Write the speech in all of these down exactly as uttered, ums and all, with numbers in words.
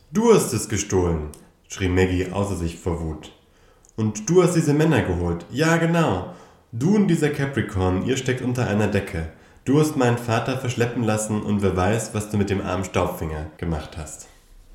Du hast es gestohlen, schrie Maggie außer sich vor Wut. Und du hast diese Männer geholt. Ja, genau. Du und dieser Capricorn, ihr steckt unter einer Decke. Du hast meinen Vater verschleppen lassen und wer weiß, was du mit dem armen Staubfinger gemacht hast.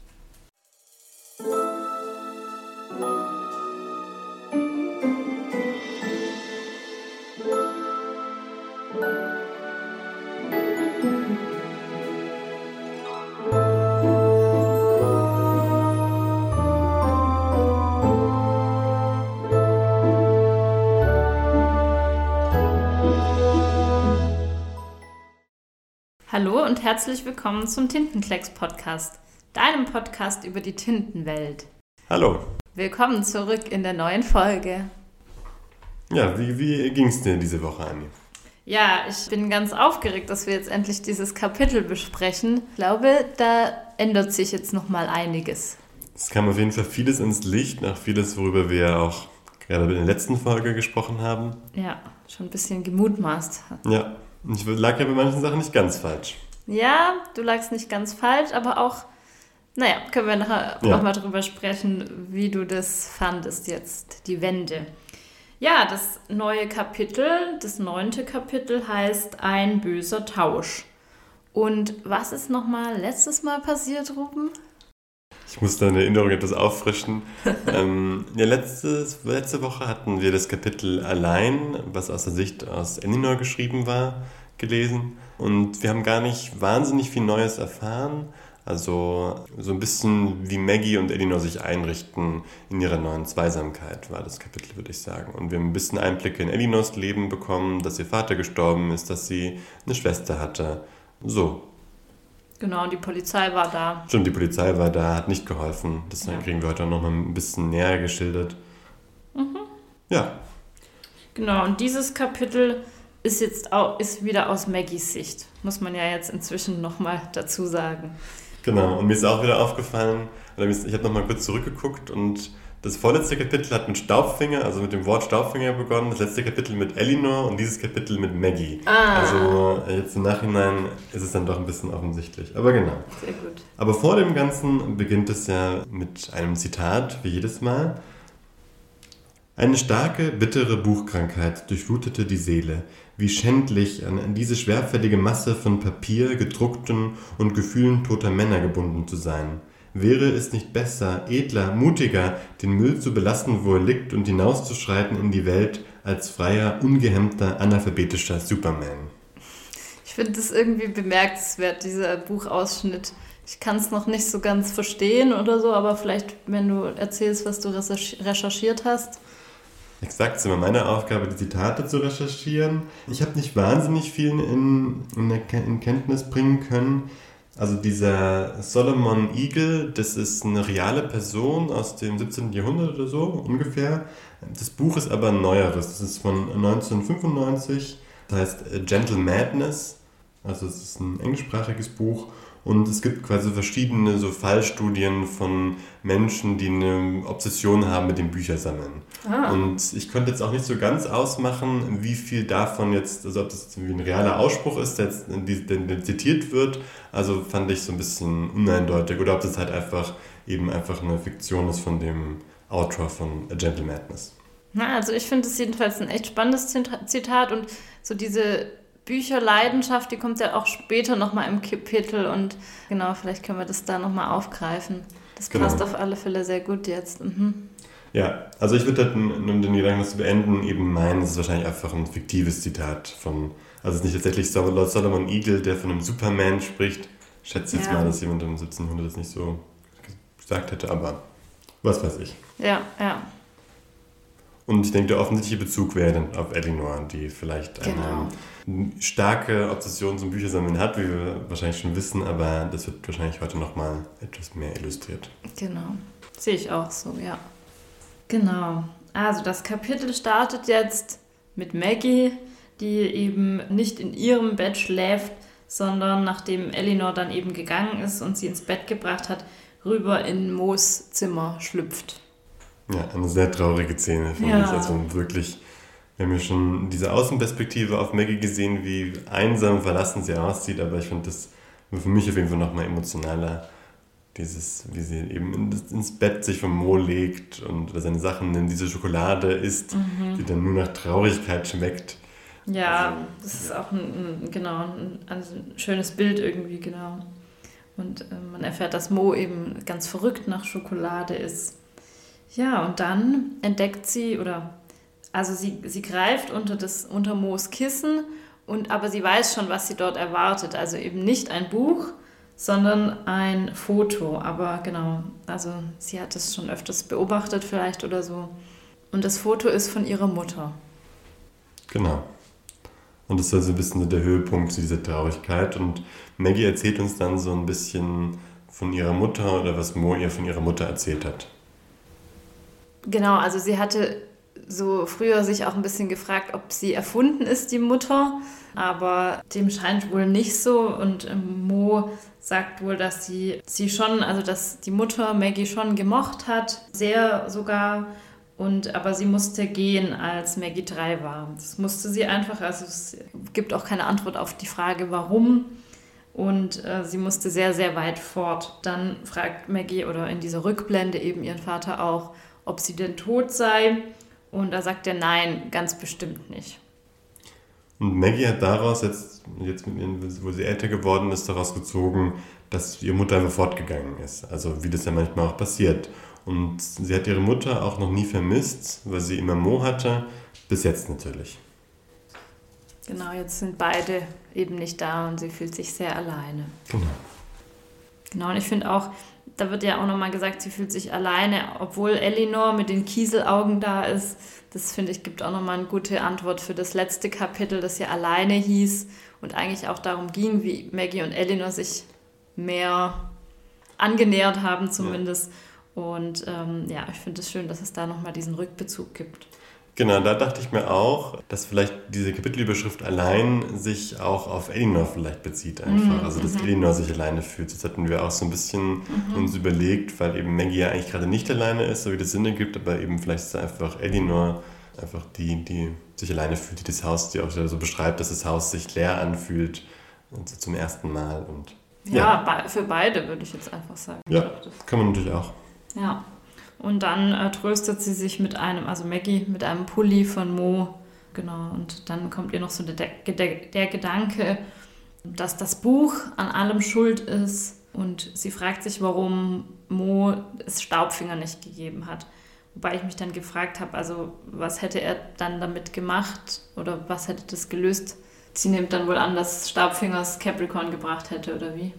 Hallo und herzlich willkommen zum Tintenklecks-Podcast, deinem Podcast über die Tintenwelt. Hallo. Willkommen zurück in der neuen Folge. Ja, wie, wie ging es dir diese Woche, Anni? Ja, ich bin ganz aufgeregt, dass wir jetzt endlich dieses Kapitel besprechen. Ich glaube, da ändert sich jetzt nochmal einiges. Es kam auf jeden Fall vieles ins Licht, nach vieles, worüber wir auch gerade in der letzten Folge gesprochen haben. Ja, schon ein bisschen gemutmaßt. Ja. Ich lag ja bei manchen Sachen nicht ganz falsch. Ja, du lagst nicht ganz falsch, aber auch, naja, können wir nachher ja. nochmal drüber sprechen, wie du das fandest jetzt, die Wende. Ja, das neue Kapitel, das neunte Kapitel heißt Ein böser Tausch. Und was ist nochmal letztes Mal passiert, Ruben? Ich muss deine Erinnerung etwas auffrischen. ähm, ja, letztes, letzte Woche hatten wir das Kapitel Allein, was aus der Sicht aus Elinor geschrieben war, gelesen. Und wir haben gar nicht wahnsinnig viel Neues erfahren. Also so ein bisschen wie Maggie und Elinor sich einrichten in ihrer neuen Zweisamkeit war das Kapitel, würde ich sagen. Und wir haben ein bisschen Einblicke in Elinors Leben bekommen, dass ihr Vater gestorben ist, dass sie eine Schwester hatte. So. Genau, und die Polizei war da. Stimmt, die Polizei war da, hat nicht geholfen. Das ja. kriegen wir heute auch noch mal ein bisschen näher geschildert. Mhm. Ja. Genau, und dieses Kapitel ist jetzt auch ist wieder aus Maggies Sicht. Muss man ja jetzt inzwischen noch mal dazu sagen. Genau, und mir ist auch wieder aufgefallen, ich habe noch mal kurz zurückgeguckt und das vorletzte Kapitel hat mit Staubfinger, also mit dem Wort Staubfinger begonnen, das letzte Kapitel mit Elinor und dieses Kapitel mit Maggie. Ah. Also jetzt im Nachhinein ist es dann doch ein bisschen offensichtlich, aber genau. Sehr gut. Aber vor dem Ganzen beginnt es ja mit einem Zitat, wie jedes Mal. Eine starke, bittere Buchkrankheit durchflutete die Seele. Wie schändlich an diese schwerfällige Masse von Papier, gedruckten und Gefühlen toter Männer gebunden zu sein. Wäre es nicht besser, edler, mutiger, den Müll zu belassen, wo er liegt und hinauszuschreiten in die Welt als freier, ungehemmter, analphabetischer Superman? Ich finde das irgendwie bemerkenswert, dieser Buchausschnitt. Ich kann es noch nicht so ganz verstehen oder so, aber vielleicht, wenn du erzählst, was du recherchiert hast. Exakt, es ist immer meine Aufgabe, die Zitate zu recherchieren. Ich habe nicht wahnsinnig viel in, in, in Kenntnis bringen können. Also dieser Solomon Eagle, das ist eine reale Person aus dem siebzehnten Jahrhundert oder so ungefähr. Das Buch ist aber ein neueres, das ist von neunzehnhundertfünfundneunzig, das heißt Gentle Madness, also es ist ein englischsprachiges Buch und es gibt quasi verschiedene so Fallstudien von Menschen, die eine Obsession haben mit dem Büchersammeln. Ah. Und ich konnte jetzt auch nicht so ganz ausmachen, wie viel davon jetzt, also ob das jetzt irgendwie ein realer Ausspruch ist, der jetzt der, der zitiert wird, also fand ich so ein bisschen uneindeutig, oder ob das halt einfach eben einfach eine Fiktion ist von dem Autor von A Gentle Madness. Na, also ich finde es jedenfalls ein echt spannendes Zitat und so diese Bücherleidenschaft, die kommt ja auch später nochmal im Kapitel und genau, vielleicht können wir das da nochmal aufgreifen. Das genau. Passt auf alle Fälle sehr gut jetzt. Mhm. Ja, also ich würde halt, um den Gedanken zu beenden, eben meinen, es ist wahrscheinlich einfach ein fiktives Zitat von, also es ist nicht tatsächlich Lord Solomon Eagle, der von einem Superman spricht. Ich schätze jetzt ja. mal, dass jemand im siebzehnhundert das nicht so gesagt hätte, aber was weiß ich. Ja, ja. Und ich denke, der offensichtliche Bezug wäre dann auf Elinor, die vielleicht eine genau. starke Obsession zum Büchersammeln hat, wie wir wahrscheinlich schon wissen, aber das wird wahrscheinlich heute nochmal etwas mehr illustriert. Genau, sehe ich auch so, ja. Genau, also das Kapitel startet jetzt mit Maggie, die eben nicht in ihrem Bett schläft, sondern nachdem Elinor dann eben gegangen ist und sie ins Bett gebracht hat, rüber in Moos Zimmer schlüpft. Ja, eine sehr traurige Szene, finde ja. ich. Also wirklich, wir haben ja schon diese Außenperspektive auf Maggie gesehen, wie einsam verlassen sie aussieht, aber ich finde das für mich auf jeden Fall nochmal emotionaler Dieses, wie sie eben ins Bett sich vom Mo legt und seine Sachen nimmt, diese Schokolade isst, mhm. die dann nur nach Traurigkeit schmeckt. Ja, also, das ist auch ein, ein, genau, ein, ein schönes Bild irgendwie, genau. Und äh, man erfährt, dass Mo eben ganz verrückt nach Schokolade ist. Ja, und dann entdeckt sie, oder also sie, sie greift unter, das, unter Moos Kissen, und, aber sie weiß schon, was sie dort erwartet. Also eben nicht ein Buch, sondern ein Foto. Aber genau, also sie hat es schon öfters beobachtet vielleicht oder so. Und das Foto ist von ihrer Mutter. Genau. Und das ist also ein bisschen der Höhepunkt zu dieser Traurigkeit. Und Maggie erzählt uns dann so ein bisschen von ihrer Mutter oder was Mo ihr von ihrer Mutter erzählt hat. Genau, also sie hatte so früher sich auch ein bisschen gefragt, ob sie erfunden ist, die Mutter. Aber dem scheint wohl nicht so. Und Mo sagt wohl, dass sie, sie schon, also dass die Mutter Maggie schon gemocht hat, sehr sogar. Und, aber sie musste gehen, als Maggie drei war. Das musste sie einfach, also es gibt auch keine Antwort auf die Frage, warum. Und äh, sie musste sehr, sehr weit fort. Dann fragt Maggie, oder in dieser Rückblende eben ihren Vater auch, ob sie denn tot sei. Und da sagt er, nein, ganz bestimmt nicht. Und Maggie hat daraus, jetzt, jetzt mit ihren, wo sie älter geworden ist, daraus gezogen, dass ihre Mutter einfach fortgegangen ist. Also wie das ja manchmal auch passiert. Und sie hat ihre Mutter auch noch nie vermisst, weil sie immer Mo hatte, bis jetzt natürlich. Genau, jetzt sind beide eben nicht da und sie fühlt sich sehr alleine. Genau. Genau, und ich finde auch, da wird ja auch nochmal gesagt, sie fühlt sich alleine, obwohl Elinor mit den Kieselaugen da ist. Das, finde ich, gibt auch nochmal eine gute Antwort für das letzte Kapitel, das ja alleine hieß und eigentlich auch darum ging, wie Maggie und Elinor sich mehr angenähert haben zumindest. Ja. Und ähm, ja, ich finde es schön, dass es da nochmal diesen Rückbezug gibt. Genau, da dachte ich mir auch, dass vielleicht diese Kapitelüberschrift allein sich auch auf Elinor vielleicht bezieht einfach. Mhm. Also, dass mhm. Elinor sich alleine fühlt. Das hatten wir auch so ein bisschen mhm. uns überlegt, weil eben Maggie ja eigentlich gerade nicht alleine ist, so wie das Sinn ergibt, aber eben vielleicht ist einfach Elinor einfach die, die sich alleine fühlt, die das Haus, die auch so beschreibt, dass das Haus sich leer anfühlt und so zum ersten Mal. Und, ja, ja, für beide würde ich jetzt einfach sagen. Ja, das kann man natürlich auch. Ja, und dann äh, tröstet sie sich mit einem, also Maggie, mit einem Pulli von Mo. Genau, und dann kommt ihr noch so der, der, der Gedanke, dass das Buch an allem schuld ist. Und sie fragt sich, warum Mo es Staubfinger nicht gegeben hat. Wobei ich mich dann gefragt habe, also was hätte er dann damit gemacht oder was hätte das gelöst? Sie nimmt dann wohl an, dass Staubfingers Capricorn gebracht hätte, oder wie?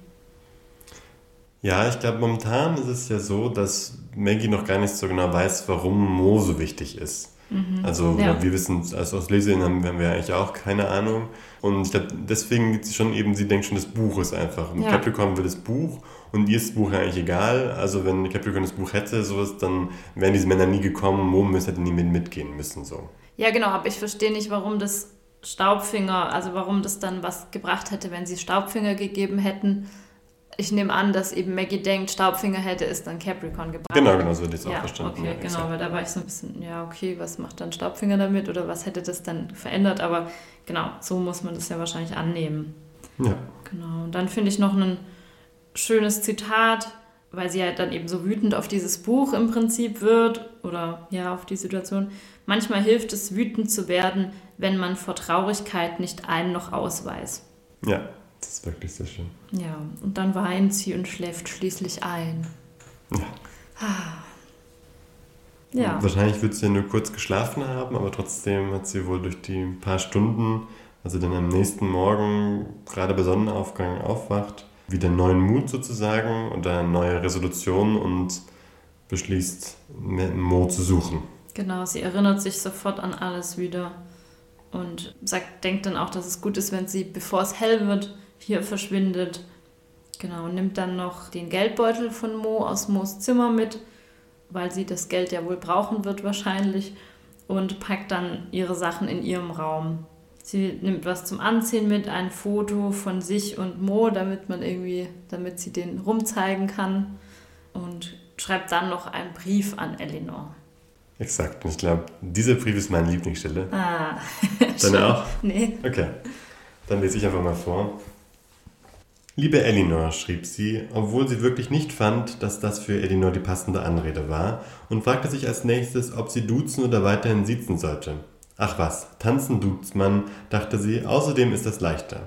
Ja, ich glaube, momentan ist es ja so, dass Maggie noch gar nicht so genau weiß, warum Mo so wichtig ist. Mhm. Also ja. wir wissen, also aus Leserinnen haben, haben wir eigentlich auch keine Ahnung. Und ich glaube, deswegen gibt sie schon eben, sie denkt schon, das Buch ist einfach. Ja. Capricorn will das Buch und ihr ist das Buch eigentlich egal. Also wenn Capricorn das Buch hätte, sowas, dann wären diese Männer nie gekommen, Mo hätte nie mit mitgehen müssen. So. Ja, genau, aber ich verstehe nicht, warum das Staubfinger, also warum das dann was gebracht hätte, wenn sie Staubfinger gegeben hätten. Ich nehme an, dass eben Maggie denkt, Staubfinger hätte es dann Capricorn gebracht. Genau, genau, so hätte ich es auch ja, verstanden. Okay, ja, genau, weil da war ich so ein bisschen, ja, okay, was macht dann Staubfinger damit oder was hätte das dann verändert? Aber genau, so muss man das ja wahrscheinlich annehmen. Ja. Genau, und dann finde ich noch ein schönes Zitat, weil sie ja dann eben so wütend auf dieses Buch im Prinzip wird oder ja, auf die Situation. Manchmal hilft es, wütend zu werden, wenn man vor Traurigkeit nicht ein noch ausweist. Ja. Das ist wirklich sehr schön. Ja, und dann weint sie und schläft schließlich ein. Ja. Ah. Ja. Wahrscheinlich wird sie ja nur kurz geschlafen haben, aber trotzdem hat sie wohl durch die paar Stunden, also dann am nächsten Morgen, gerade bei Sonnenaufgang aufwacht, wieder neuen Mut sozusagen und eine neue Resolution und beschließt, Mo zu suchen. Genau, sie erinnert sich sofort an alles wieder und sagt, denkt dann auch, dass es gut ist, wenn sie, bevor es hell wird, hier verschwindet. Genau, und nimmt dann noch den Geldbeutel von Mo aus Mo's Zimmer mit, weil sie das Geld ja wohl brauchen wird wahrscheinlich, und packt dann ihre Sachen in ihrem Raum. Sie nimmt was zum Anziehen mit, ein Foto von sich und Mo, damit man irgendwie, damit sie den rumzeigen kann, und schreibt dann noch einen Brief an Elinor. Exakt, und ich glaube, dieser Brief ist meine Lieblingsstelle. Ah, Deine auch? Nee. Okay, dann lese ich einfach mal vor. Liebe Elinor, schrieb sie, obwohl sie wirklich nicht fand, dass das für Elinor die passende Anrede war, und fragte sich als nächstes, ob sie duzen oder weiterhin siezen sollte. Ach was, tanzen duzt man, dachte sie, außerdem ist das leichter.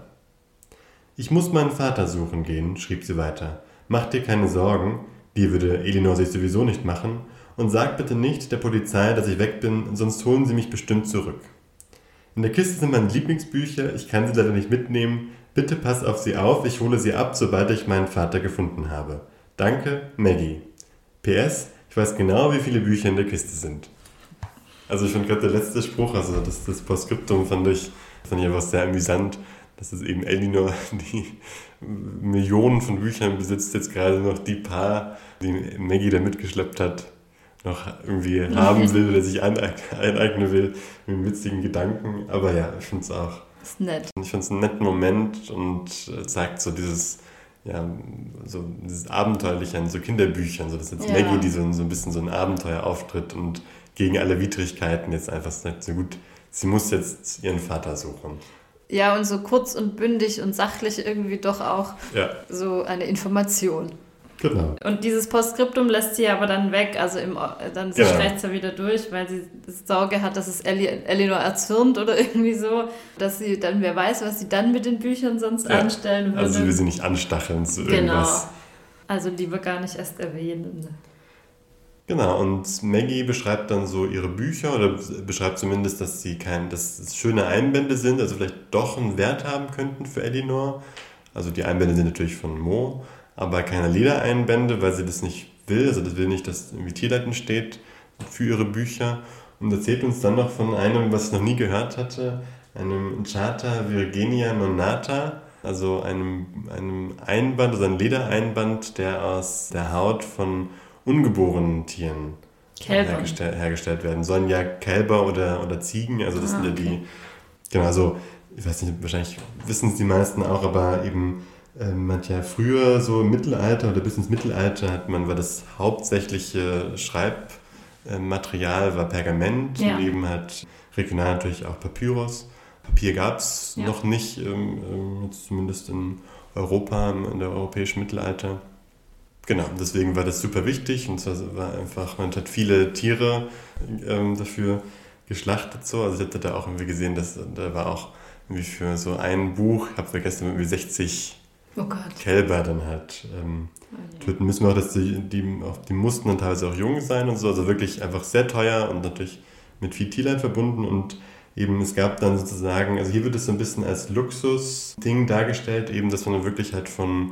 Ich muss meinen Vater suchen gehen, schrieb sie weiter. Mach dir keine Sorgen, die würde Elinor sich sowieso nicht machen, und sag bitte nicht der Polizei, dass ich weg bin, sonst holen sie mich bestimmt zurück. In der Kiste sind meine Lieblingsbücher, ich kann sie leider nicht mitnehmen. Bitte pass auf sie auf, ich hole sie ab, sobald ich meinen Vater gefunden habe. Danke, Maggie. P S, ich weiß genau, wie viele Bücher in der Kiste sind. Also ich finde gerade der letzte Spruch, also das, das Postskriptum fand ich, fand ich einfach sehr amüsant, dass es eben Elinor, die Millionen von Büchern besitzt, jetzt gerade noch die paar, die Maggie da mitgeschleppt hat, noch irgendwie haben will oder sich aneignen will, mit einem witzigen Gedanken. Aber ja, ich finde es auch ist nett. Ich finde es einen netten Moment und zeigt so dieses, ja, so dieses Abenteuerliche an so Kinderbüchern. So, dass jetzt ja. Maggie, die so, so ein bisschen so ein Abenteuer auftritt und gegen alle Widrigkeiten jetzt einfach sagt, so gut, sie muss jetzt ihren Vater suchen. Ja, und so kurz und bündig und sachlich irgendwie doch auch ja. so eine Information. Genau. Und dieses Postskriptum lässt sie aber dann weg, also im, dann sie ja. streicht sie wieder durch, weil sie Sorge hat, dass es Ellie, Elinor erzürnt oder irgendwie so, dass sie dann, wer weiß, was sie dann mit den Büchern sonst ja. anstellen würde. Also sie will sie nicht anstacheln zu genau. irgendwas. Also lieber gar nicht erst erwähnen. Genau, und Maggie beschreibt dann so ihre Bücher oder beschreibt zumindest, dass sie kein, dass es schöne Einbände sind, also vielleicht doch einen Wert haben könnten für Elinor. Also die Einbände sind natürlich von Mo, aber keine Ledereinbände, weil sie das nicht will. Also das will nicht, dass irgendwie Tierleiten steht für ihre Bücher. Und erzählt uns dann noch von einem, was ich noch nie gehört hatte, einem Chata Virginia Nonata, also einem, einem Einband, also ein Ledereinband, der aus der Haut von ungeborenen Tieren hergestell, hergestellt werden. Sollen ja Kälber oder, oder Ziegen, also das ah, sind ja okay. die, genau, also ich weiß nicht, wahrscheinlich wissen es die meisten auch, aber eben man hat ja früher so im Mittelalter oder bis ins Mittelalter hat man, war das hauptsächliche Schreibmaterial war Pergament ja. und eben hat regional natürlich auch Papyrus. Papier gab es ja. noch nicht, ähm, zumindest in Europa, in der europäischen Mittelalter. Genau, deswegen war das super wichtig und es war einfach, man hat viele Tiere ähm, dafür geschlachtet so. Also ich hatte da auch irgendwie gesehen, dass da war auch irgendwie für so ein Buch, ich habe vergessen, irgendwie sechzig Oh Gott. Kälber dann halt ähm, oh töten müssen wir auch, dass die, die, die mussten dann teilweise auch jung sein und so, also wirklich einfach sehr teuer und natürlich mit viel Tierleid verbunden und eben es gab dann sozusagen, also hier wird es so ein bisschen als Luxus-Ding dargestellt, eben, dass man wirklich halt von,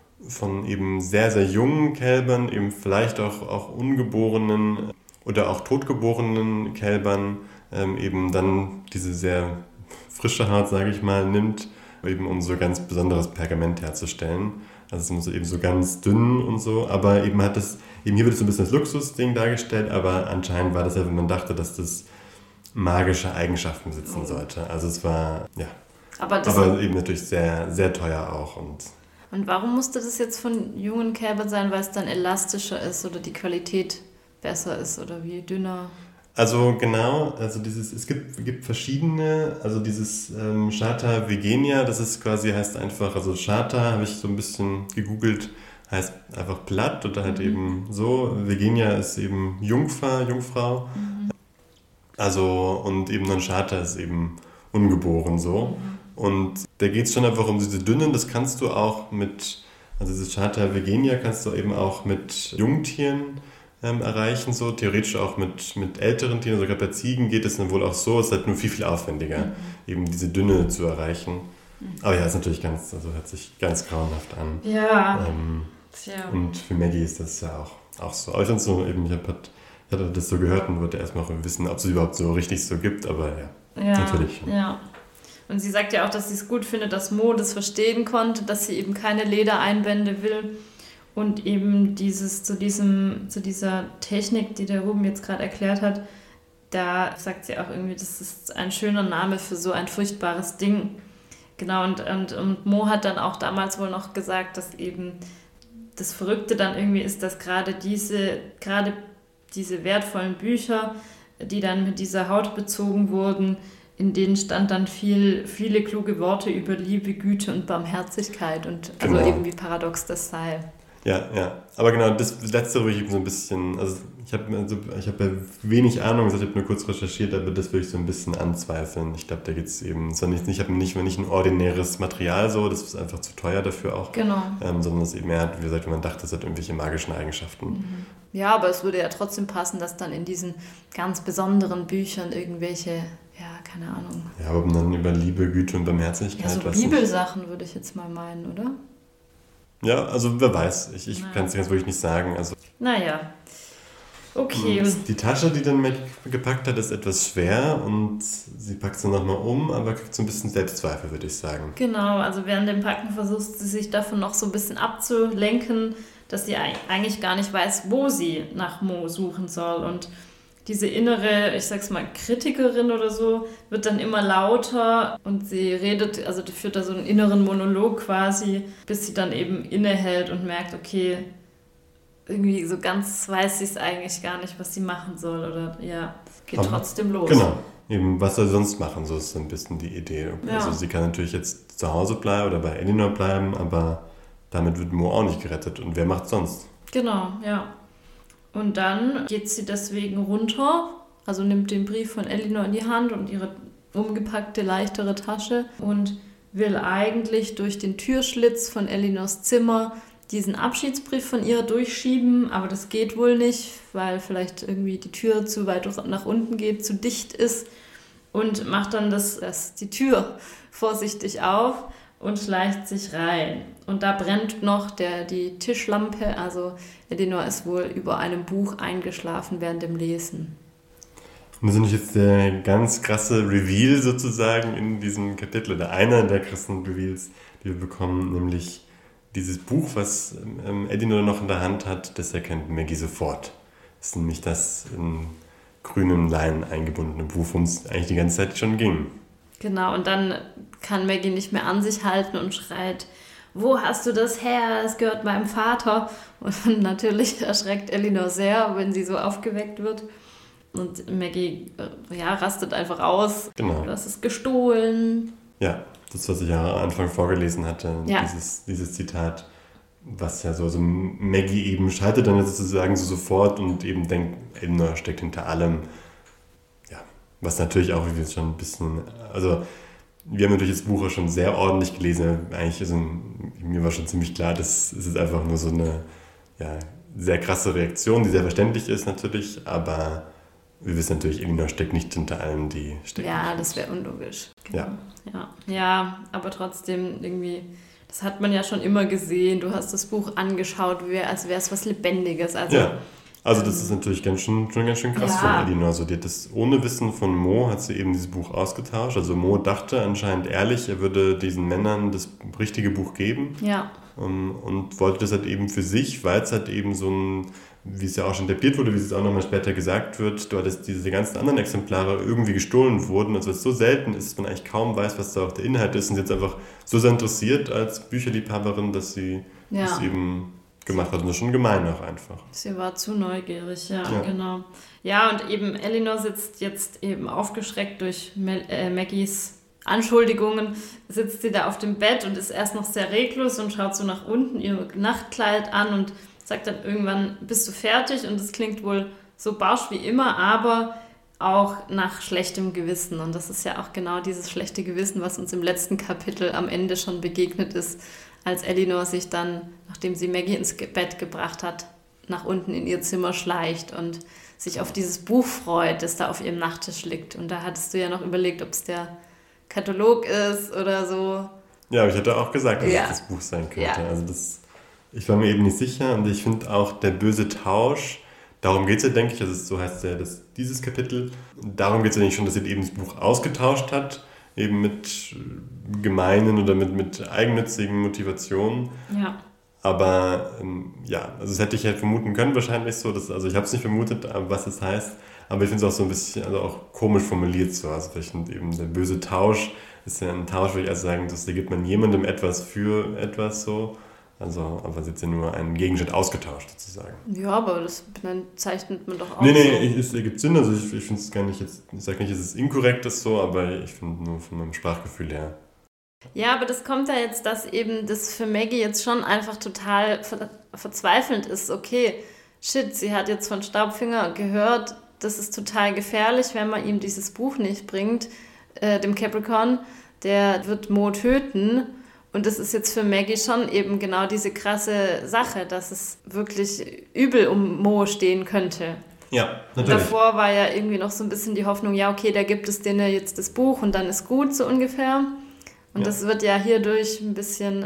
von eben sehr, sehr jungen Kälbern, eben vielleicht auch, auch ungeborenen oder auch totgeborenen Kälbern ähm, eben dann diese sehr frische Haut, sage ich mal, nimmt, eben um so ganz besonderes Pergament herzustellen. Also es muss eben so ganz dünn und so, aber eben hat das, eben hier wird es so ein bisschen als Luxusding dargestellt, aber anscheinend war das ja, wenn man dachte, dass das magische Eigenschaften besitzen sollte. Also es war, ja, aber, das aber eben natürlich sehr, sehr teuer auch. Und, und warum musste das jetzt von jungen Kälbern sein, weil es dann elastischer ist oder die Qualität besser ist oder wie dünner? Also genau, also dieses, es gibt, gibt verschiedene, also dieses ähm, Chata Virginia, das ist quasi, heißt einfach, also Chata habe ich so ein bisschen gegoogelt, heißt einfach platt oder halt mhm. eben so, Virginia ist eben Jungfer, Jungfrau, mhm. also und eben dann Chata ist eben ungeboren so mhm. und da geht es schon einfach um diese dünnen, das kannst du auch mit, also dieses Chata Virginia kannst du eben auch mit Jungtieren Ähm, erreichen, so theoretisch auch mit, mit älteren Tieren, sogar bei Ziegen geht es dann wohl auch so, es ist halt nur viel, viel aufwendiger, mhm. eben diese Dünne zu erreichen. Mhm. Aber ja, ist natürlich ganz, also hört sich ganz grauenhaft an. Ja. Ähm, und für Maggie ist das ja auch, auch so. Aber ich finde so, eben, ich, hab, ich hatte das so gehört und wollte erstmal auch wissen, ob es überhaupt so richtig so gibt, aber ja, ja natürlich. Ja. Und sie sagt ja auch, dass sie es gut findet, dass Mo das verstehen konnte, dass sie eben keine Ledereinbände will. Und eben dieses zu diesem zu dieser Technik, die der Ruben jetzt gerade erklärt hat, da sagt sie auch irgendwie, das ist ein schöner Name für so ein furchtbares Ding. Genau, und, und, und Mo hat dann auch damals wohl noch gesagt, dass eben das Verrückte dann irgendwie ist, dass gerade diese, gerade diese wertvollen Bücher, die dann mit dieser Haut bezogen wurden, in denen stand dann viel, viele kluge Worte über Liebe, Güte und Barmherzigkeit und also Genau. eben wie paradox das sei. Ja, ja. Aber genau, das Letzte würde ich eben so ein bisschen, also ich habe also, ich hab ja wenig Ahnung, ich habe nur kurz recherchiert, aber das würde ich so ein bisschen anzweifeln. Ich glaube, da geht es eben, zwar nicht, ich habe nicht, nicht ein ordinäres Material so, das ist einfach zu teuer dafür auch, Genau. ähm, sondern es eben mehr, wie gesagt, wenn man dachte, es hat irgendwelche magischen Eigenschaften. Mhm. Ja, aber es würde ja trotzdem passen, dass dann in diesen ganz besonderen Büchern irgendwelche, ja, keine Ahnung. Ja, aber dann über Liebe, Güte und Barmherzigkeit. Ja, so Bibelsachen würde ich jetzt mal meinen, oder? Ja, also wer weiß, ich, ich Naja. kann es jetzt wirklich nicht sagen. Also, Naja, okay. die Tasche, die dann Maggie gepackt hat, ist etwas schwer und sie packt sie nochmal um, aber kriegt so ein bisschen Selbstzweifel, würde ich sagen. Genau, also während dem Packen versucht sie sich davon noch so ein bisschen abzulenken, dass sie eigentlich gar nicht weiß, wo sie nach Mo suchen soll. Und diese innere, ich sag's mal, Kritikerin oder so, wird dann immer lauter und sie redet, also die führt da so einen inneren Monolog quasi, bis sie dann eben innehält und merkt, okay, irgendwie so ganz weiß sie es eigentlich gar nicht, was sie machen soll. Oder ja, es geht Aber, trotzdem los. Genau, eben was soll sie sonst machen, so ist so ein bisschen die Idee. Ja. Also sie kann natürlich jetzt zu Hause bleiben oder bei Elinor bleiben, aber damit wird Mo auch nicht gerettet. Und wer macht sonst? Genau, ja. Und dann geht sie deswegen runter, also nimmt den Brief von Elinor in die Hand und ihre umgepackte, leichtere Tasche und will eigentlich durch den Türschlitz von Elinors Zimmer diesen Abschiedsbrief von ihr durchschieben, aber das geht wohl nicht, weil vielleicht irgendwie die Tür zu weit nach unten geht, zu dicht ist und macht dann das, das, die Tür vorsichtig auf und schleicht sich rein. Und da brennt noch der, die Tischlampe, also Elinor ist wohl über einem Buch eingeschlafen während dem Lesen. Und das ist jetzt der ganz krasse Reveal sozusagen in diesem Kapitel, oder einer der krassen Reveals, die wir bekommen, nämlich dieses Buch, was ähm, Elinor noch in der Hand hat, das erkennt Maggie sofort. Das ist nämlich das in grünen Leinen eingebundene Buch, worum es eigentlich die ganze Zeit schon ging. Genau, und dann kann Maggie nicht mehr an sich halten und schreit, wo hast du das her? Es gehört meinem Vater. Und natürlich erschreckt Elinor sehr, wenn sie so aufgeweckt wird. Und Maggie ja, rastet einfach aus. Genau. Du hast es gestohlen. Ja, das, was ich ja am Anfang vorgelesen hatte, ja. dieses, dieses Zitat, was ja so, so Maggie eben schaltet dann sozusagen so sofort und eben denkt, Elinor steckt hinter allem. Ja, was natürlich auch, wie wir es schon ein bisschen, also wir haben natürlich das Buch auch schon sehr ordentlich gelesen. Eigentlich, also, mir war schon ziemlich klar, dass es ist einfach nur so eine ja, sehr krasse Reaktion, die sehr verständlich ist natürlich, aber wir wissen natürlich, Elinor steckt nicht hinter allem, die steckt. Ja, das wäre unlogisch. Genau. Ja. ja. Ja, aber trotzdem irgendwie, das hat man ja schon immer gesehen. Du hast das Buch angeschaut, als wäre es was Lebendiges. Also, ja. Also das ist natürlich ganz schön, schon ganz schön krass ja. von Elinor. So, die hat das ohne Wissen von Mo hat sie eben dieses Buch ausgetauscht. Also Mo dachte anscheinend ehrlich, er würde diesen Männern das richtige Buch geben. Ja. Um, und wollte das halt eben für sich, weil es halt eben so ein, wie es ja auch schon interpretiert wurde, wie es auch nochmal später gesagt wird, dass diese ganzen anderen Exemplare irgendwie gestohlen wurden. Also es so selten ist, dass man eigentlich kaum weiß, was da auch der Inhalt ist. Und sie jetzt einfach so sehr interessiert als Bücherliebhaberin, dass sie ja. das eben gemacht hat. Und das ist schon gemein auch einfach. Sie war zu neugierig, ja, ja, genau. Ja, und eben Elinor sitzt jetzt eben aufgeschreckt durch Mel- äh, Maggies Anschuldigungen, sitzt sie da auf dem Bett und ist erst noch sehr reglos und schaut so nach unten ihr Nachtkleid an und sagt dann irgendwann, bist du fertig? Und das klingt wohl so barsch wie immer, aber auch nach schlechtem Gewissen. Und das ist ja auch genau dieses schlechte Gewissen, was uns im letzten Kapitel am Ende schon begegnet ist, als Elinor sich dann, nachdem sie Maggie ins Bett gebracht hat, nach unten in ihr Zimmer schleicht und sich auf dieses Buch freut, das da auf ihrem Nachttisch liegt. Und da hattest du ja noch überlegt, ob es der Katalog ist oder so. Ja, aber ich hatte auch gesagt, dass ja. es das Buch sein könnte. Ja. Also das, ich war mir eben nicht sicher und ich finde auch der böse Tausch, darum geht es ja, denke ich, also so heißt ja das, dieses Kapitel, darum geht es ja nicht schon, dass sie eben das Buch ausgetauscht hat, eben mit gemeinen oder mit, mit eigennützigen Motivationen. Ja. Aber ähm, ja, also das hätte ich halt vermuten können wahrscheinlich so, dass, also ich habe es nicht vermutet, was es heißt, aber ich finde es auch so ein bisschen, also auch komisch formuliert so, also ich finde eben der böse Tausch ist ja ein Tausch, würde ich also sagen, dass da gibt man jemandem etwas für etwas so, Also, aber sie hat ja nur einen Gegenstand ausgetauscht, sozusagen. Ja, aber das dann zeichnet man doch auch Nee, nee, so. es ergibt Sinn. Also ich, ich finde es gar nicht jetzt, ich sage nicht, dass es inkorrekt ist so, aber ich finde nur von meinem Sprachgefühl her. Ja, aber das kommt ja jetzt, dass eben das für Maggie jetzt schon einfach total ver- verzweifelnd ist. Okay, shit, sie hat jetzt von Staubfinger gehört, das ist total gefährlich, wenn man ihm dieses Buch nicht bringt, äh, dem Capricorn, der wird Mo töten. Und das ist jetzt für Maggie schon eben genau diese krasse Sache, dass es wirklich übel um Mo stehen könnte. Ja, Und natürlich. davor war ja irgendwie noch so ein bisschen die Hoffnung, ja okay, da gibt es denen jetzt das Buch und dann ist gut, so ungefähr. Und Ja. das wird ja hierdurch ein bisschen, äh,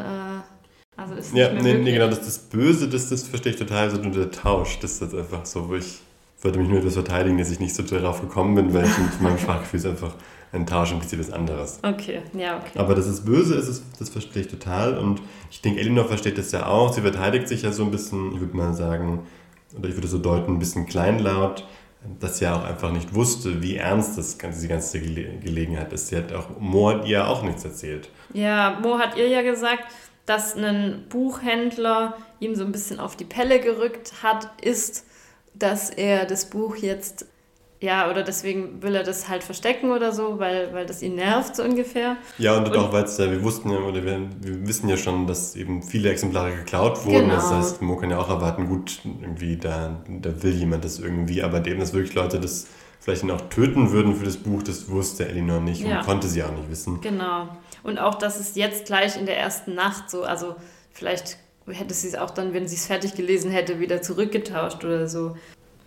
also ist nicht Ja, mehr nee, möglich. nee, genau, das, das Böse, das, das verstehe ich total, so nur der Tausch, das ist jetzt einfach so, wo ich wollte mich nur etwas verteidigen, dass ich nicht so darauf gekommen bin, weil ich mit meinem Sprachgefühl ist einfach ein Tausch im Prinzip was anderes. Okay, ja, okay. Aber dass es böse ist, das, das verstehe ich total und ich denke, Elinor versteht das ja auch, sie verteidigt sich ja so ein bisschen, ich würde mal sagen, oder ich würde so deuten, ein bisschen kleinlaut, dass sie ja auch einfach nicht wusste, wie ernst das ganze, die ganze Gele- Gelegenheit ist. Sie hat auch, Mo hat ihr auch nichts erzählt. Ja, Mo hat ihr ja gesagt, dass ein Buchhändler ihm so ein bisschen auf die Pelle gerückt hat, ist, dass er das Buch jetzt, ja, oder deswegen will er das halt verstecken oder so, weil, weil das ihn nervt, so ungefähr. Ja, und, Und- auch, weil es ja, wir wussten ja, oder wir, wir wissen ja schon, dass eben viele Exemplare geklaut wurden. Genau. Das heißt, Mo kann ja auch erwarten, gut, irgendwie, da, da will jemand das irgendwie, aber eben, dass wirklich Leute das vielleicht ihn auch töten würden für das Buch, das wusste Elinor nicht Ja. und konnte sie auch nicht wissen. Genau. Und auch, dass es jetzt gleich in der ersten Nacht so, also vielleicht hätte sie es auch dann, wenn sie es fertig gelesen hätte, wieder zurückgetauscht oder so.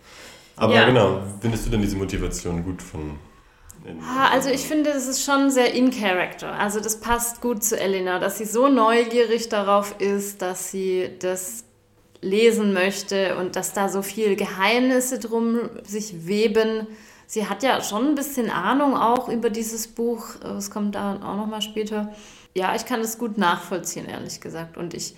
Aber Ja. genau, findest du denn diese Motivation gut von... in- Ah, also ich finde, das ist schon sehr in Character. Also das passt gut zu Elinor, dass sie so neugierig darauf ist, dass sie das lesen möchte und dass da so viel Geheimnisse drum sich weben. Sie hat ja schon ein bisschen Ahnung auch über dieses Buch. Das kommt da auch nochmal später. Ja, ich kann das gut nachvollziehen, ehrlich gesagt. Und ich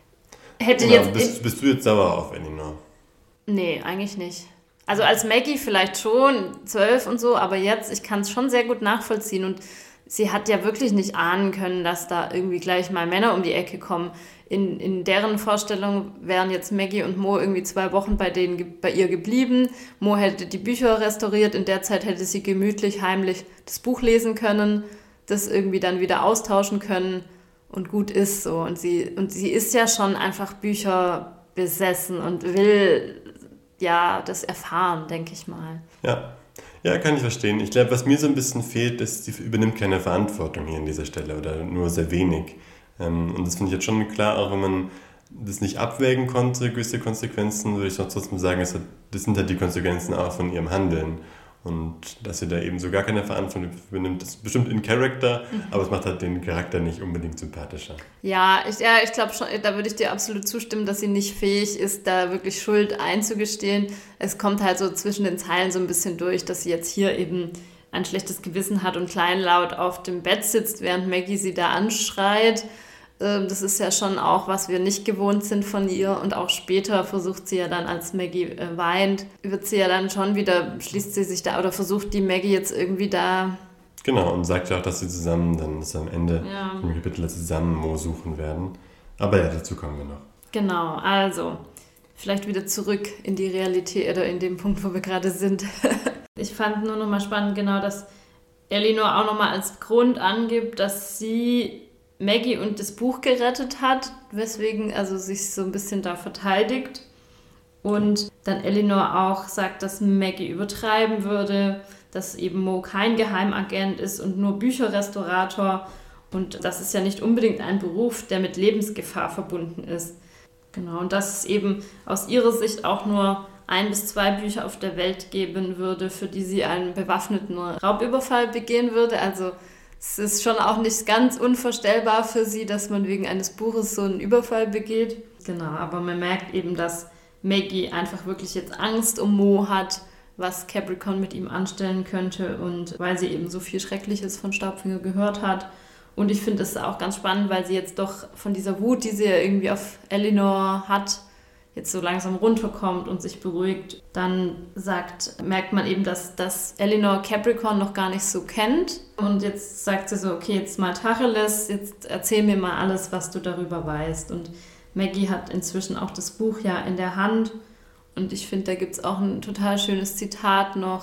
hätte Genau, jetzt... bist, bist du jetzt sauer auf Elinor? Nee, eigentlich nicht. Also als Maggie vielleicht schon, zwölf und so, aber jetzt, ich kann es schon sehr gut nachvollziehen. Und sie hat ja wirklich nicht ahnen können, dass da irgendwie gleich mal Männer um die Ecke kommen. In, in deren Vorstellung wären jetzt Maggie und Mo irgendwie zwei Wochen bei, denen, ge- bei ihr geblieben. Mo hätte die Bücher restauriert, in der Zeit hätte sie gemütlich, heimlich das Buch lesen können, das irgendwie dann wieder austauschen können und gut ist so. Und sie, und sie ist ja schon einfach Bücher besessen und will ja das erfahren, denke ich mal. Ja. Ja, kann ich verstehen. Ich glaube, was mir so ein bisschen fehlt, ist, sie übernimmt keine Verantwortung hier an dieser Stelle oder nur sehr wenig. Ähm, Und das finde ich jetzt schon klar, auch wenn man das nicht abwägen konnte, gewisse Konsequenzen, würde ich doch trotzdem sagen, es hat, das sind halt die Konsequenzen auch von ihrem Handeln. Und dass sie da eben so gar keine Verantwortung übernimmt, ist bestimmt in Character, aber es macht halt den Charakter nicht unbedingt sympathischer. Ja, ich, ja, ich glaube schon, da würde ich dir absolut zustimmen, dass sie nicht fähig ist, da wirklich Schuld einzugestehen. Es kommt halt so zwischen den Zeilen so ein bisschen durch, dass sie jetzt hier eben ein schlechtes Gewissen hat und kleinlaut auf dem Bett sitzt, während Maggie sie da anschreit. Ähm, Das ist ja schon auch, was wir nicht gewohnt sind von ihr. Und auch später versucht sie ja dann, als Maggie äh, weint, wird sie ja dann schon wieder, schließt sie sich da oder versucht die Maggie jetzt irgendwie da... Genau, und sagt ja auch, dass sie zusammen dann ist am Ende Ja. im Kapitel zusammen Mo suchen werden. Aber ja, dazu kommen wir noch. Genau, also vielleicht wieder zurück in die Realität oder in dem Punkt, wo wir gerade sind. Ich fand nur nochmal spannend, genau, dass Elinor auch nochmal als Grund angibt, dass sie Maggie und das Buch gerettet hat, weswegen also sich so ein bisschen da verteidigt. Und dann Elinor auch sagt, dass Maggie übertreiben würde, dass eben Mo kein Geheimagent ist und nur Bücherrestaurator. Und das ist ja nicht unbedingt ein Beruf, der mit Lebensgefahr verbunden ist. Genau, und dass es eben aus ihrer Sicht auch nur ein bis zwei Bücher auf der Welt geben würde, für die sie einen bewaffneten Raubüberfall begehen würde. Also es ist schon auch nicht ganz unvorstellbar für sie, dass man wegen eines Buches so einen Überfall begeht. Genau, aber man merkt eben, dass Maggie einfach wirklich jetzt Angst um Mo hat, was Capricorn mit ihm anstellen könnte und weil sie eben so viel Schreckliches von Staubfinger gehört hat. Und ich finde es auch ganz spannend, weil sie jetzt doch von dieser Wut, die sie ja irgendwie auf Elinor hat, jetzt so langsam runterkommt und sich beruhigt. Dann sagt, merkt man eben, dass, dass Elinor Capricorn noch gar nicht so kennt. Und jetzt sagt sie so, okay, jetzt mal Tacheles, jetzt erzähl mir mal alles, was du darüber weißt. Und Maggie hat inzwischen auch das Buch ja in der Hand und ich finde, da gibt es auch ein total schönes Zitat noch.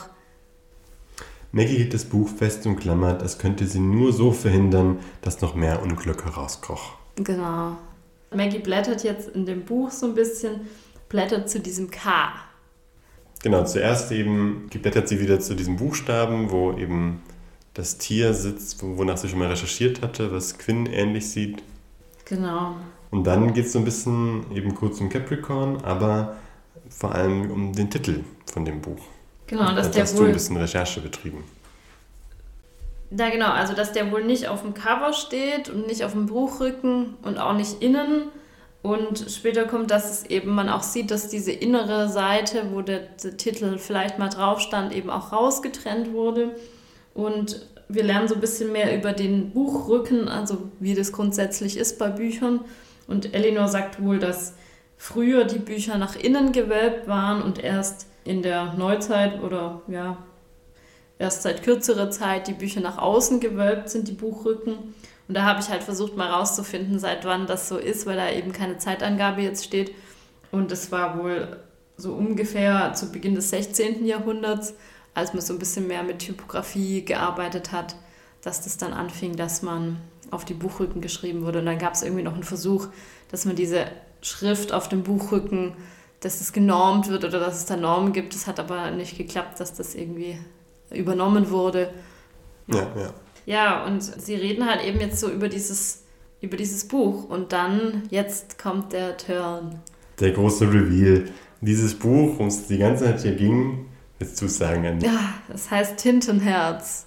Maggie hielt das Buch fest und klammert, es könnte sie nur so verhindern, dass noch mehr Unglück herauskroch. Genau. Maggie blättert jetzt in dem Buch so ein bisschen, blättert zu diesem K. Genau, zuerst eben blättert sie wieder zu diesem Buchstaben, wo eben das Tier sitzt, wonach sie schon mal recherchiert hatte, was Quinn ähnlich sieht. Genau. Und dann geht es so ein bisschen eben kurz um Capricorn, aber vor allem um den Titel von dem Buch. Genau, dass da der hast wohl... du ein bisschen Recherche betrieben. Ja, genau, also dass der wohl nicht auf dem Cover steht und nicht auf dem Buchrücken und auch nicht innen. Und später kommt, dass es eben man auch sieht, dass diese innere Seite, wo der, der Titel vielleicht mal drauf stand, eben auch rausgetrennt wurde. Und wir lernen so ein bisschen mehr über den Buchrücken, also wie das grundsätzlich ist bei Büchern. Und Elinor sagt wohl, dass früher die Bücher nach innen gewölbt waren und erst in der Neuzeit oder ja, erst seit kürzerer Zeit die Bücher nach außen gewölbt sind, die Buchrücken. Und da habe ich halt versucht mal rauszufinden, seit wann das so ist, weil da eben keine Zeitangabe jetzt steht. Und es war wohl so ungefähr zu Beginn des sechzehnten Jahrhunderts, als man so ein bisschen mehr mit Typografie gearbeitet hat, dass das dann anfing, dass man auf die Buchrücken geschrieben wurde. Und dann gab es irgendwie noch einen Versuch, dass man diese Schrift auf dem Buchrücken, dass es genormt wird oder dass es da Normen gibt. Das hat aber nicht geklappt, dass das irgendwie übernommen wurde. Ja, ja. Ja, und sie reden halt eben jetzt so über dieses, über dieses Buch. Und dann, jetzt kommt der Turn. Der große Reveal. Dieses Buch, worum es die ganze Zeit hier ging, willst du sagen, Anni? Ja, das heißt Tintenherz.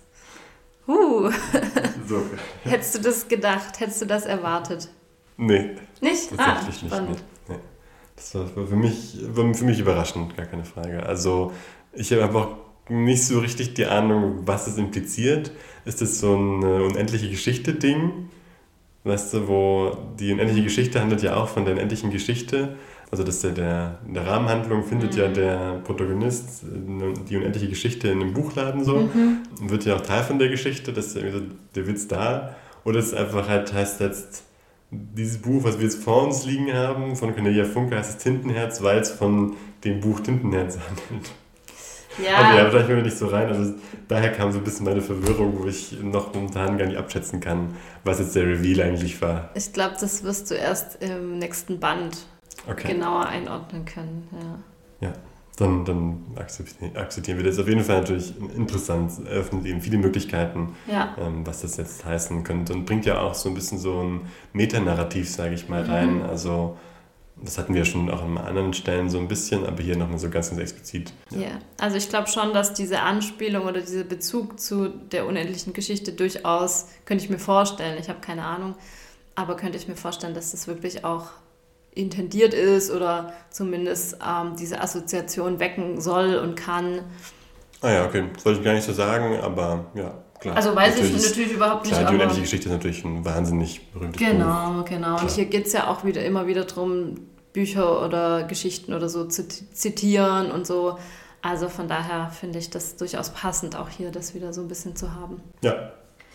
Uh. So. Hättest du das gedacht? Hättest du das erwartet? Nee. Nicht? Tatsächlich ah, nicht. Nee. Nee. Das war für mich, war für mich überraschend, gar keine Frage. Also ich habe einfach nicht so richtig die Ahnung, was es impliziert. Ist das so ein unendliche Geschichte-Ding? Weißt du, wo die unendliche Geschichte handelt ja auch von der unendlichen Geschichte. Also das der, der, in der Rahmenhandlung findet mhm. ja der Protagonist die unendliche Geschichte in einem Buchladen so. Mhm. Und wird ja auch Teil von der Geschichte, das ist ja so der Witz da. Oder es ist einfach halt, heißt jetzt, dieses Buch, was wir jetzt vor uns liegen haben, von Cornelia Funke, heißt es Tintenherz, weil es von dem Buch Tintenherz handelt. Ja. Aber ja, vielleicht hören wir nicht so rein. Also daher kam so ein bisschen meine Verwirrung, wo ich noch momentan gar nicht abschätzen kann, was jetzt der Reveal eigentlich war. Ich glaube, das wirst du erst im nächsten Band okay. genauer einordnen können. Ja, ja dann, dann akzeptieren, akzeptieren wir das. Auf jeden Fall natürlich interessant. Es eröffnet eben viele Möglichkeiten, ja. ähm, was das jetzt heißen könnte. Und bringt ja auch so ein bisschen so ein Metanarrativ, sage ich mal, rein. Mhm. Also das hatten wir schon auch an anderen Stellen so ein bisschen, aber hier nochmal so ganz, ganz explizit. Ja, yeah. Also ich glaube schon, dass diese Anspielung oder dieser Bezug zu der unendlichen Geschichte durchaus, könnte ich mir vorstellen, ich habe keine Ahnung, aber könnte ich mir vorstellen, dass das wirklich auch intendiert ist oder zumindest ähm, diese Assoziation wecken soll und kann. Ah ja, okay, das wollte ich gar nicht so sagen, aber ja. Klar, also weiß ich natürlich überhaupt nicht. Klar, die unendliche Geschichte ist natürlich ein wahnsinnig berühmtes genau, Buch. Genau, genau. Und hier geht es ja auch wieder immer wieder darum, Bücher oder Geschichten oder so zu zitieren und so. Also von daher finde ich das durchaus passend, auch hier das wieder so ein bisschen zu haben. Ja.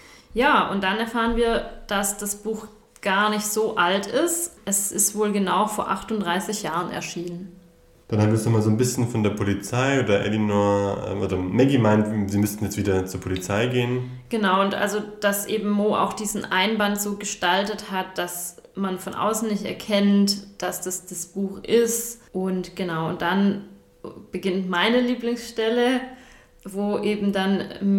Ja, und dann erfahren wir, dass das Buch gar nicht so alt ist. Es ist wohl genau vor achtunddreißig Jahren erschienen. Dann haben wir es nochmal so ein bisschen von der Polizei oder Elinor oder Maggie meint, sie müssten jetzt wieder zur Polizei gehen. Genau, und also, dass eben Mo auch diesen Einband so gestaltet hat, dass man von außen nicht erkennt, dass das das Buch ist. Und genau, und dann beginnt meine Lieblingsstelle, wo eben dann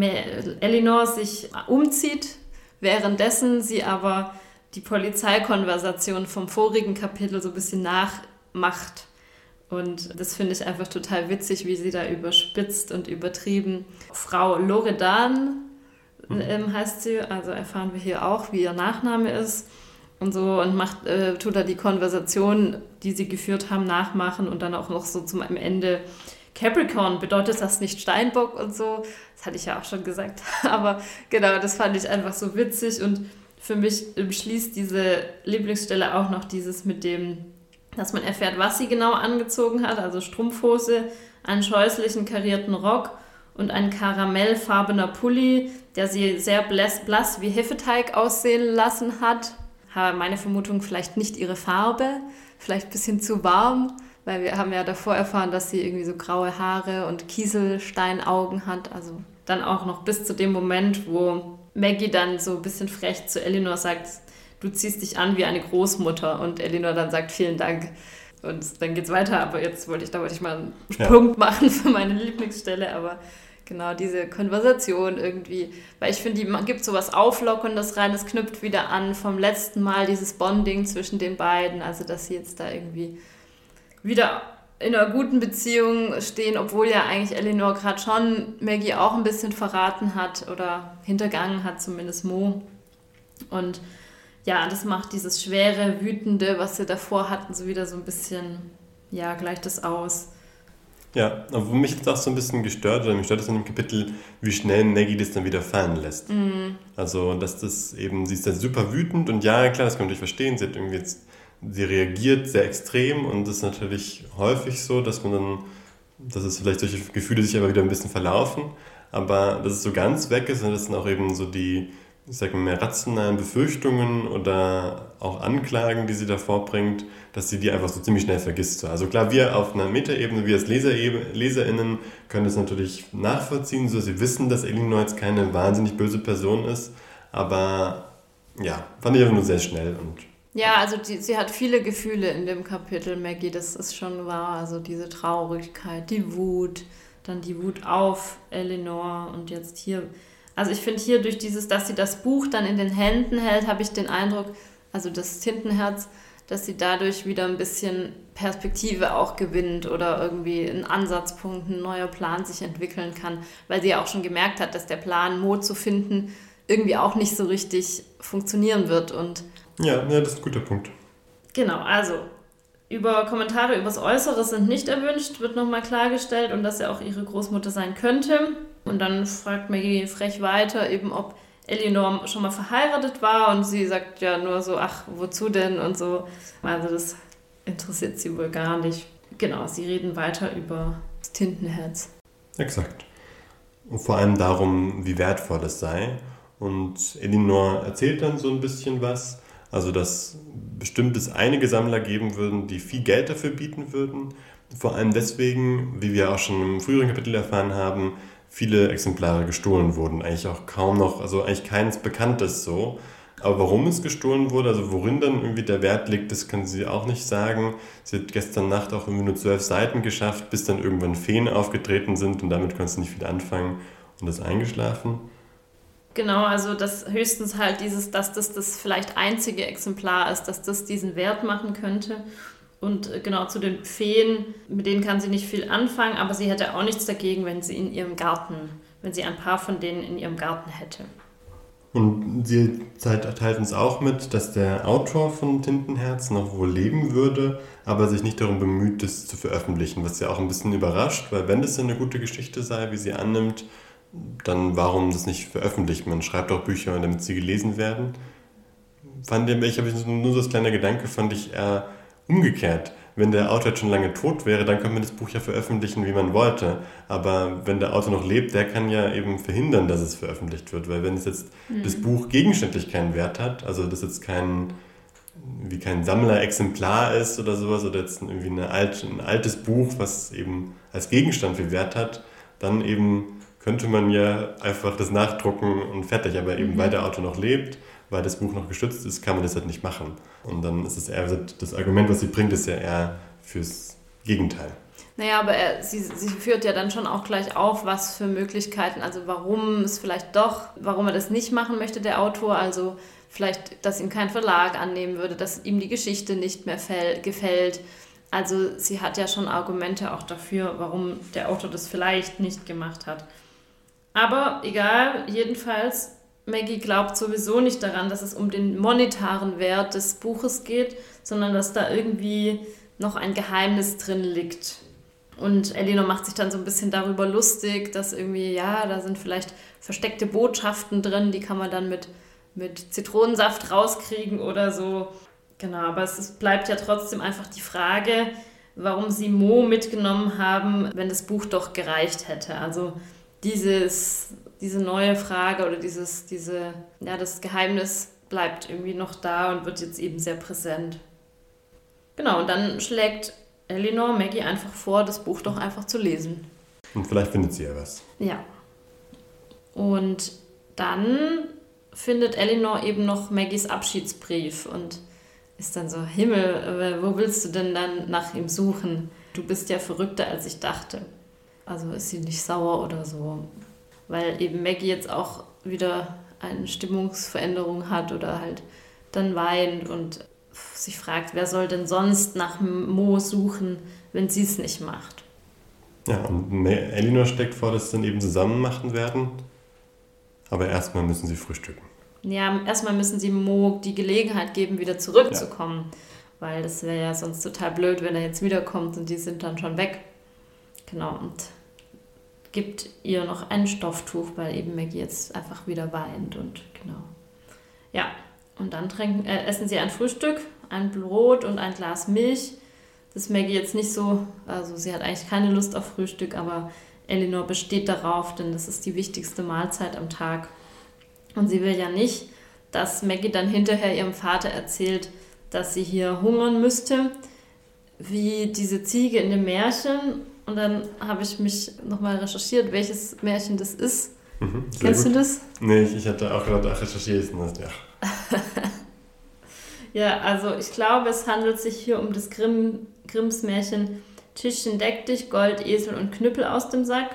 Elinor sich umzieht, währenddessen sie aber die Polizeikonversation vom vorigen Kapitel so ein bisschen nachmacht. Und das finde ich einfach total witzig, wie sie da überspitzt und übertrieben. Frau Loredan ähm, heißt sie, also erfahren wir hier auch, wie ihr Nachname ist und so und macht, äh, tut da die Konversation, die sie geführt haben, nachmachen und dann auch noch so zum Ende Capricorn, bedeutet das nicht Steinbock und so? Das hatte ich ja auch schon gesagt, aber genau, das fand ich einfach so witzig und für mich schließt diese Lieblingsstelle auch noch dieses mit dem, dass man erfährt, was sie genau angezogen hat, also Strumpfhose, einen scheußlichen karierten Rock und ein karamellfarbener Pulli, der sie sehr blass, blass wie Hefeteig aussehen lassen hat. meine Vermutung, vielleicht nicht ihre Farbe, vielleicht ein bisschen zu warm, weil wir haben ja davor erfahren, dass sie irgendwie so graue Haare und Kieselsteinaugen hat. Also dann auch noch bis zu dem Moment, wo Maggie dann so ein bisschen frech zu Elinor sagt, du ziehst dich an wie eine Großmutter, und Elinor dann sagt, vielen Dank. Und dann geht's weiter, aber jetzt wollte ich, da wollte ich mal einen ja. Punkt machen für meine Lieblingsstelle, aber genau diese Konversation irgendwie, weil ich finde, die gibt so was Auflockerndes rein, es knüpft wieder an vom letzten Mal, dieses Bonding zwischen den beiden, also dass sie jetzt da irgendwie wieder in einer guten Beziehung stehen, obwohl ja eigentlich Elinor gerade schon Maggie auch ein bisschen verraten hat oder hintergangen hat, zumindest Mo. Und ja, das macht dieses schwere, wütende, was sie davor hatten, so wieder so ein bisschen, ja, gleicht das aus. Ja, aber mich hat es auch so ein bisschen gestört, oder mich stört es in dem Kapitel, wie schnell Maggie das dann wieder fallen lässt. Mm. Also, dass das eben, sie ist dann super wütend und ja, klar, das kann man natürlich verstehen, sie hat irgendwie jetzt, sie reagiert sehr extrem und das ist natürlich häufig so, dass man dann, dass es vielleicht solche Gefühle sich aber wieder ein bisschen verlaufen, aber dass es so ganz weg ist und das sind auch eben so die, ich sage mal, mehr rationalen Befürchtungen oder auch Anklagen, die sie da vorbringt, dass sie die einfach so ziemlich schnell vergisst. Also klar, wir auf einer Metaebene, wir als Leser, LeserInnen können das natürlich nachvollziehen, so sie wissen, dass Elinor jetzt keine wahnsinnig böse Person ist, aber ja, fand ich einfach nur sehr schnell. Und ja, also die, sie hat viele Gefühle in dem Kapitel, Maggie, das ist schon wahr, also diese Traurigkeit, die Wut, dann die Wut auf Elinor und jetzt hier. Also ich finde hier durch dieses, dass sie das Buch dann in den Händen hält, habe ich den Eindruck, also das Tintenherz, dass sie dadurch wieder ein bisschen Perspektive auch gewinnt oder irgendwie ein Ansatzpunkt, ein neuer Plan sich entwickeln kann, weil sie ja auch schon gemerkt hat, dass der Plan, Mo zu finden, irgendwie auch nicht so richtig funktionieren wird. Und ja, ja, das ist ein guter Punkt. Genau, also über Kommentare übers Äußere sind nicht erwünscht, wird nochmal klargestellt und dass er auch ihre Großmutter sein könnte. Und dann fragt Maggie frech weiter, eben ob Elinor schon mal verheiratet war und sie sagt ja nur so, ach, wozu denn und so. Also das interessiert sie wohl gar nicht. Genau, sie reden weiter über das Tintenherz. Exakt. Und vor allem darum, wie wertvoll es sei. Und Elinor erzählt dann so ein bisschen was. Also, dass bestimmt es einige Sammler geben würden, die viel Geld dafür bieten würden. Vor allem deswegen, wie wir auch schon im früheren Kapitel erfahren haben, viele Exemplare gestohlen wurden. Eigentlich auch kaum noch, also eigentlich keins Bekanntes so. Aber warum es gestohlen wurde, also worin dann irgendwie der Wert liegt, das kann sie auch nicht sagen. Sie hat gestern Nacht auch irgendwie nur zwölf Seiten geschafft, bis dann irgendwann Feen aufgetreten sind und damit konnte sie nicht viel anfangen und ist eingeschlafen. Genau, also das höchstens halt dieses, dass das das vielleicht einzige Exemplar ist, dass das diesen Wert machen könnte. Und genau zu den Feen, mit denen kann sie nicht viel anfangen, aber sie hätte auch nichts dagegen, wenn sie in ihrem Garten, wenn sie ein paar von denen in ihrem Garten hätte. Und sie teilt uns auch mit, dass der Autor von Tintenherz noch wohl leben würde, aber sich nicht darum bemüht, das zu veröffentlichen, was sie auch ein bisschen überrascht, weil wenn das eine gute Geschichte sei, wie sie annimmt, dann warum das nicht veröffentlicht? Man schreibt auch Bücher, damit sie gelesen werden. Fand ich, ich habe nur so das kleine Gedanke, fand ich eher umgekehrt. Wenn der Autor jetzt schon lange tot wäre, dann könnte man das Buch ja veröffentlichen, wie man wollte. Aber wenn der Autor noch lebt, der kann ja eben verhindern, dass es veröffentlicht wird. Weil wenn es jetzt mhm. das Buch gegenständlich keinen Wert hat, also das jetzt kein, wie kein Sammlerexemplar ist oder sowas, oder jetzt irgendwie eine alte, ein altes Buch, was eben als Gegenstand viel Wert hat, dann eben könnte man ja einfach das nachdrucken und fertig. Aber eben mhm. weil der Autor noch lebt, weil das Buch noch geschützt ist, kann man das halt nicht machen. Und dann ist es eher, das Argument, was sie bringt, ist ja eher fürs Gegenteil. Naja, aber er, sie, sie führt ja dann schon auch gleich auf, was für Möglichkeiten, also warum es vielleicht doch, warum er das nicht machen möchte, der Autor, also vielleicht, dass ihm kein Verlag annehmen würde, dass ihm die Geschichte nicht mehr fäll, gefällt. Also sie hat ja schon Argumente auch dafür, warum der Autor das vielleicht nicht gemacht hat. Aber egal, jedenfalls, Maggie glaubt sowieso nicht daran, dass es um den monetaren Wert des Buches geht, sondern dass da irgendwie noch ein Geheimnis drin liegt. Und Elinor macht sich dann so ein bisschen darüber lustig, dass irgendwie, ja, da sind vielleicht versteckte Botschaften drin, die kann man dann mit, mit Zitronensaft rauskriegen oder so. Genau, aber es ist, bleibt ja trotzdem einfach die Frage, warum sie Mo mitgenommen haben, wenn das Buch doch gereicht hätte. Also dieses, diese neue Frage oder dieses, diese, ja, das Geheimnis bleibt irgendwie noch da und wird jetzt eben sehr präsent. Genau, und dann schlägt Elinor Maggie einfach vor, das Buch doch einfach zu lesen. Und vielleicht findet sie ja was. Ja. Und dann findet Elinor eben noch Maggies Abschiedsbrief und ist dann so, Himmel, wo willst du denn dann nach ihm suchen? Du bist ja verrückter, als ich dachte. Also ist sie nicht sauer oder so. Weil eben Maggie jetzt auch wieder eine Stimmungsveränderung hat oder halt dann weint und sich fragt, wer soll denn sonst nach Mo suchen, wenn sie es nicht macht. Ja, und Elinor steckt vor, dass sie dann eben zusammen machen werden. Aber erstmal müssen sie frühstücken. Ja, erstmal müssen sie Mo die Gelegenheit geben, wieder zurückzukommen. Ja. Weil das wäre ja sonst total blöd, wenn er jetzt wiederkommt und die sind dann schon weg. Genau, und gibt ihr noch ein Stofftuch, weil eben Maggie jetzt einfach wieder weint und genau. Ja, und dann trinken, äh, essen sie ein Frühstück, ein Brot und ein Glas Milch. Das ist Maggie jetzt nicht so, also sie hat eigentlich keine Lust auf Frühstück, aber Elinor besteht darauf, denn das ist die wichtigste Mahlzeit am Tag. Und sie will ja nicht, dass Maggie dann hinterher ihrem Vater erzählt, dass sie hier hungern müsste, wie diese Ziege in dem Märchen. Und dann habe ich mich nochmal recherchiert, welches Märchen das ist. Mhm, Kennst gut. du das? Nee, ich, ich hatte auch gerade recherchiert. Ja. Ja, also ich glaube, es handelt sich hier um das Grimm, Grimms Märchen Tischchen deck dich, Gold, Esel und Knüppel aus dem Sack.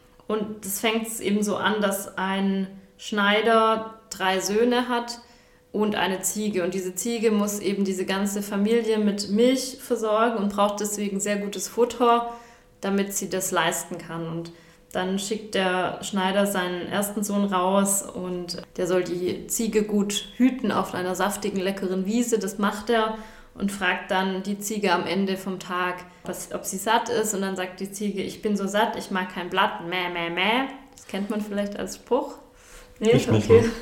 Und das fängt eben so an, dass ein Schneider drei Söhne hat und eine Ziege. Und diese Ziege muss eben diese ganze Familie mit Milch versorgen und braucht deswegen sehr gutes Futter, damit sie das leisten kann. Und dann schickt der Schneider seinen ersten Sohn raus und der soll die Ziege gut hüten auf einer saftigen, leckeren Wiese. Das macht er und fragt dann die Ziege am Ende vom Tag, was, ob sie satt ist. Und dann sagt die Ziege, ich bin so satt, ich mag kein Blatt, mäh, mäh, mäh. Das kennt man vielleicht als Spruch. Nee, ich nicht. Okay.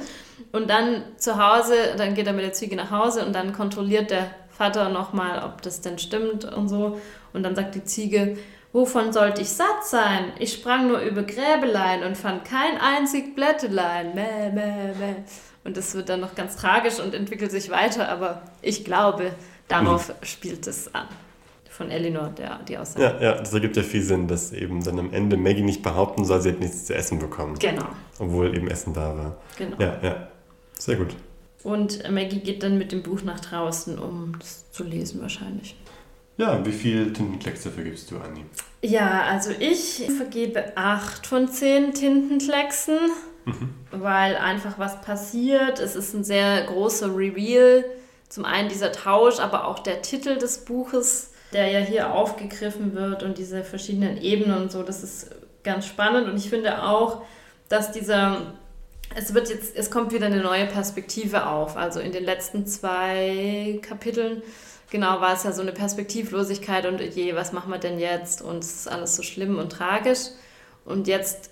Und dann zu Hause, dann geht er mit der Ziege nach Hause und dann kontrolliert der Vater nochmal, ob das denn stimmt und so. Und dann sagt die Ziege, wovon sollte ich satt sein? Ich sprang nur über Gräbelein und fand kein einzig Blättelein. Mäh, mäh, mäh. Und das wird dann noch ganz tragisch und entwickelt sich weiter, aber ich glaube, darauf mhm. spielt es an. Von Elinor, der, die Aussage. Ja, ja, das ergibt ja viel Sinn, dass eben dann am Ende Maggie nicht behaupten soll, sie hätte nichts zu essen bekommen. Genau. Obwohl eben Essen da war. Genau. Ja, ja. Sehr gut. Und Maggie geht dann mit dem Buch nach draußen, um das zu lesen wahrscheinlich. Ja, wie viel Tintenklecks dafür gibst du, Anni? Ja, also ich vergebe acht von zehn Tintenklecksen, mhm. weil einfach was passiert. Es ist ein sehr großer Reveal. Zum einen dieser Tausch, aber auch der Titel des Buches, der ja hier aufgegriffen wird und diese verschiedenen Ebenen und so, das ist ganz spannend. Und ich finde auch, dass dieser, es wird jetzt, es kommt wieder eine neue Perspektive auf. Also in den letzten zwei Kapiteln, genau, war es ja so eine Perspektivlosigkeit und je, was machen wir denn jetzt? Und es ist alles so schlimm und tragisch. Und jetzt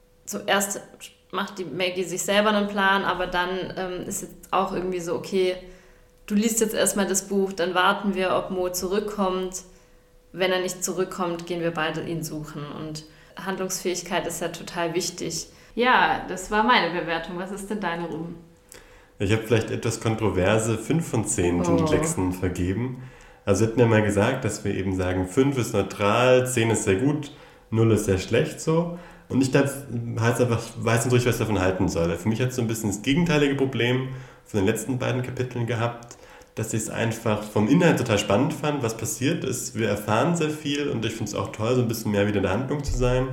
zuerst macht die Maggie sich selber einen Plan, aber dann ähm, ist jetzt auch irgendwie so, okay, du liest jetzt erstmal das Buch, dann warten wir, ob Mo zurückkommt. Wenn er nicht zurückkommt, gehen wir beide ihn suchen. Und Handlungsfähigkeit ist ja total wichtig. Ja, das war meine Bewertung. Was ist denn deine, Ruben? Ich habe vielleicht etwas kontroverse fünf von zehn Tintenklecksen oh. vergeben. Also wir hatten ja mal gesagt, dass wir eben sagen, fünf ist neutral, zehn ist sehr gut, null ist sehr schlecht so. Und ich glaube, heißt einfach, ich weiß nicht, was ich davon halten soll. Für mich hat es so ein bisschen das gegenteilige Problem von den letzten beiden Kapiteln gehabt, dass ich es einfach vom Inhalt total spannend fand, was passiert ist. Wir erfahren sehr viel und ich finde es auch toll, so ein bisschen mehr wieder in der Handlung zu sein.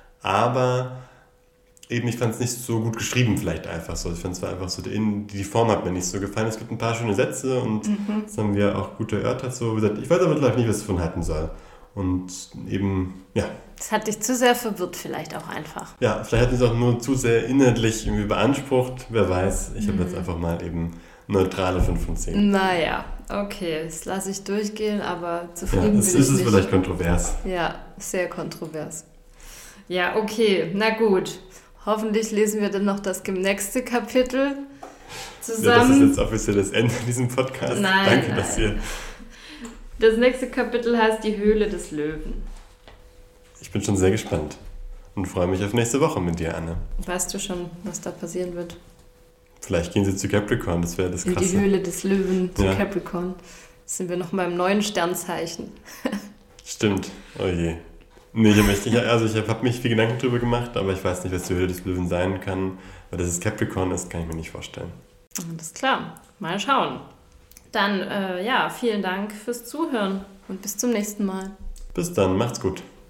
Aber eben, ich fand es nicht so gut geschrieben vielleicht einfach so. Ich fand es war einfach so, die, die Form hat mir nicht so gefallen. Es gibt ein paar schöne Sätze und mhm. das haben wir auch gut erörtert. Halt so. Ich weiß aber glaube ich nicht, was ich davon halten soll. Und eben, ja. Das hat dich zu sehr verwirrt vielleicht auch einfach. Ja, vielleicht hat es auch nur zu sehr inhaltlich irgendwie beansprucht. Wer weiß, ich mhm. habe jetzt einfach mal eben neutrale fünf von zehn. Naja, okay, das lasse ich durchgehen, aber zufrieden ja, bin das ich ist nicht. Es vielleicht kontrovers. Ja, sehr kontrovers. Ja, okay, na gut. Hoffentlich lesen wir dann noch das nächste Kapitel zusammen. Ja, das ist jetzt offiziell das Ende diesem Podcast. Nein, Danke, nein. dass ihr... Das nächste Kapitel heißt Die Höhle des Löwen. Ich bin schon sehr gespannt und freue mich auf nächste Woche mit dir, Anne. Weißt du schon, was da passieren wird? Vielleicht gehen sie zu Capricorn, das wäre das Krasse. In die Höhle des Löwen zu ja. Capricorn. Jetzt sind wir noch beim neuen Sternzeichen. Stimmt, oh je. Nee, ich habe also ich habe mich viel Gedanken drüber gemacht, aber ich weiß nicht, was die Höhle des Löwen sein kann. Weil dass es Capricorn ist, kann ich mir nicht vorstellen. Alles klar, mal schauen. Dann, äh, ja, vielen Dank fürs Zuhören und bis zum nächsten Mal. Bis dann, macht's gut.